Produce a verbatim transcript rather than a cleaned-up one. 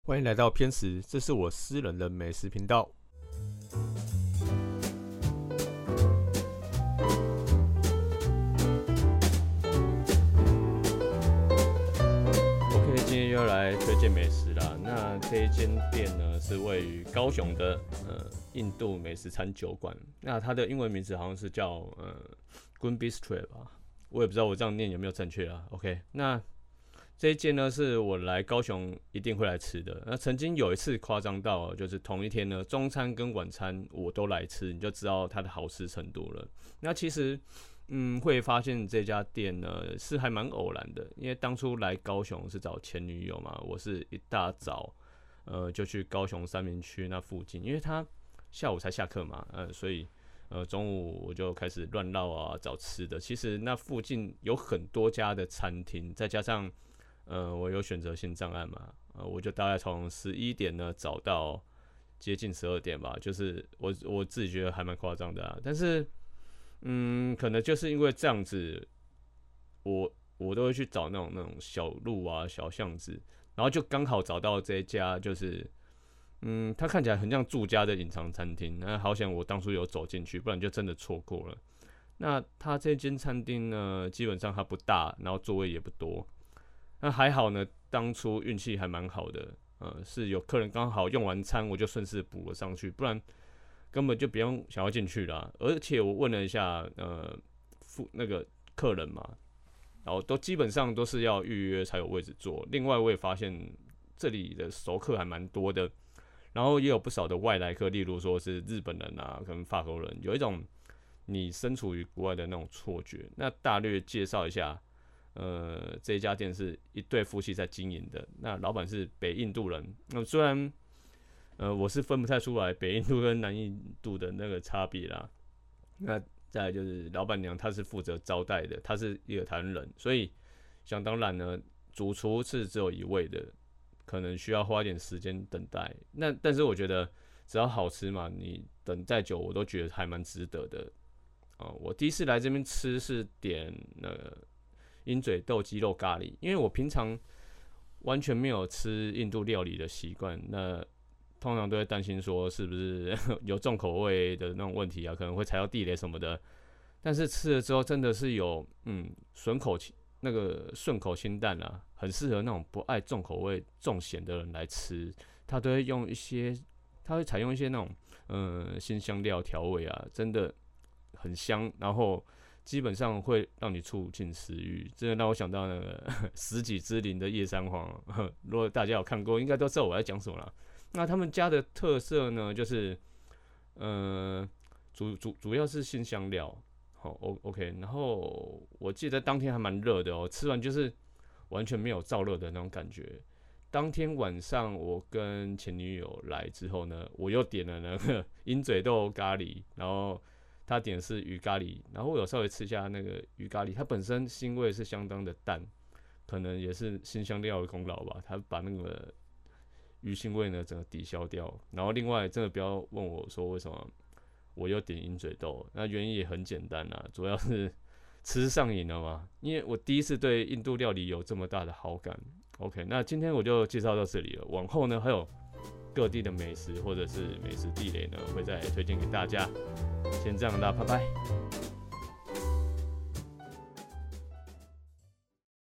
欢迎来到偏食，这是我私人的美食频道。OK， 今天又来推荐美食啦。那这一间店呢是位于高雄的呃印度美食餐酒馆。那它的英文名字好像是叫呃 Green Bistro 吧，我也不知道我这样念有没有正确啊。OK， 那这一间呢是我来高雄一定会来吃的。那曾经有一次夸张到，就是同一天呢，中餐跟晚餐我都来吃，你就知道它的好吃程度了。那其实，嗯，会发现这家店呢是还蛮偶然的，因为当初来高雄是找前女友嘛，我是一大早，呃，就去高雄三民区那附近，因为他下午才下课嘛，呃，所以。呃，中午我就开始乱绕啊，找吃的。其实那附近有很多家的餐厅，再加上呃，我有选择性障碍嘛，呃，我就大概从十一点呢找到接近十二点吧，就是我我自己觉得还蛮夸张的啊。但是，嗯，可能就是因为这样子，我我都会去找那种那种小路啊、小巷子，然后就刚好找到这一家，就是嗯，它看起来很像住家的隐藏餐厅。那好险我当初有走进去，不然就真的错过了。那它这间餐厅呢，基本上它不大，然后座位也不多。那还好呢，当初运气还蛮好的，呃，是有客人刚好用完餐，我就顺势补了上去，不然根本就不用想要进去啦。而且我问了一下，呃，付那个客人嘛，然后都基本上都是要预约才有位置坐。另外，我也发现这里的熟客还蛮多的，然后也有不少的外来客，例如说是日本人啊，可能法国人，有一种你身处于国外的那种错觉。那大略介绍一下。呃，这一家店是一对夫妻在经营的，那老板是北印度人。那虽然呃我是分不太出来北印度跟南印度的那个差别啦。那再来就是老板娘她是负责招待的，她是一个台湾人，所以想当然呢，主厨是只有一位的，可能需要花一点时间等待。那但是我觉得只要好吃嘛，你等再久我都觉得还蛮值得的。哦，我第一次来这边吃是点那个。鹰嘴豆鸡肉咖喱，因为我平常完全没有吃印度料理的习惯，那通常都会担心说是不是有重口味的那种问题啊，可能会踩到地雷什么的。但是吃了之后真的是有嗯顺口那个顺口清淡啊，很适合那种不爱重口味重咸的人来吃。他都会用一些，他会采用一些那种嗯新香料调味啊，真的很香，然后。基本上会让你促进食欲，真的让我想到那个十几之灵的叶山黄。如果大家有看过，应该都知道我在讲什么了。那他们家的特色呢，就是呃主主主要是新香料，好 OK。然后我记得当天还蛮热的哦，吃完就是完全没有燥热的那种感觉。当天晚上我跟前女友来之后呢，我又点了那个鹰嘴豆咖喱，然后。他点的是鱼咖喱，然后我有稍微吃一下那个鱼咖喱，它本身腥味是相当的淡，可能也是新香料的功劳吧。他把那个鱼腥味呢整个抵消掉。然后另外真的不要问我说为什么我又点鹰嘴豆，那原因也很简单啦，主要是吃上瘾了嘛。因为我第一次对印度料理有这么大的好感。OK， 那今天我就介绍到这里了，往后呢还有。各地的美食或者是美食地雷呢，会再推荐给大家。先这样啦，拜拜。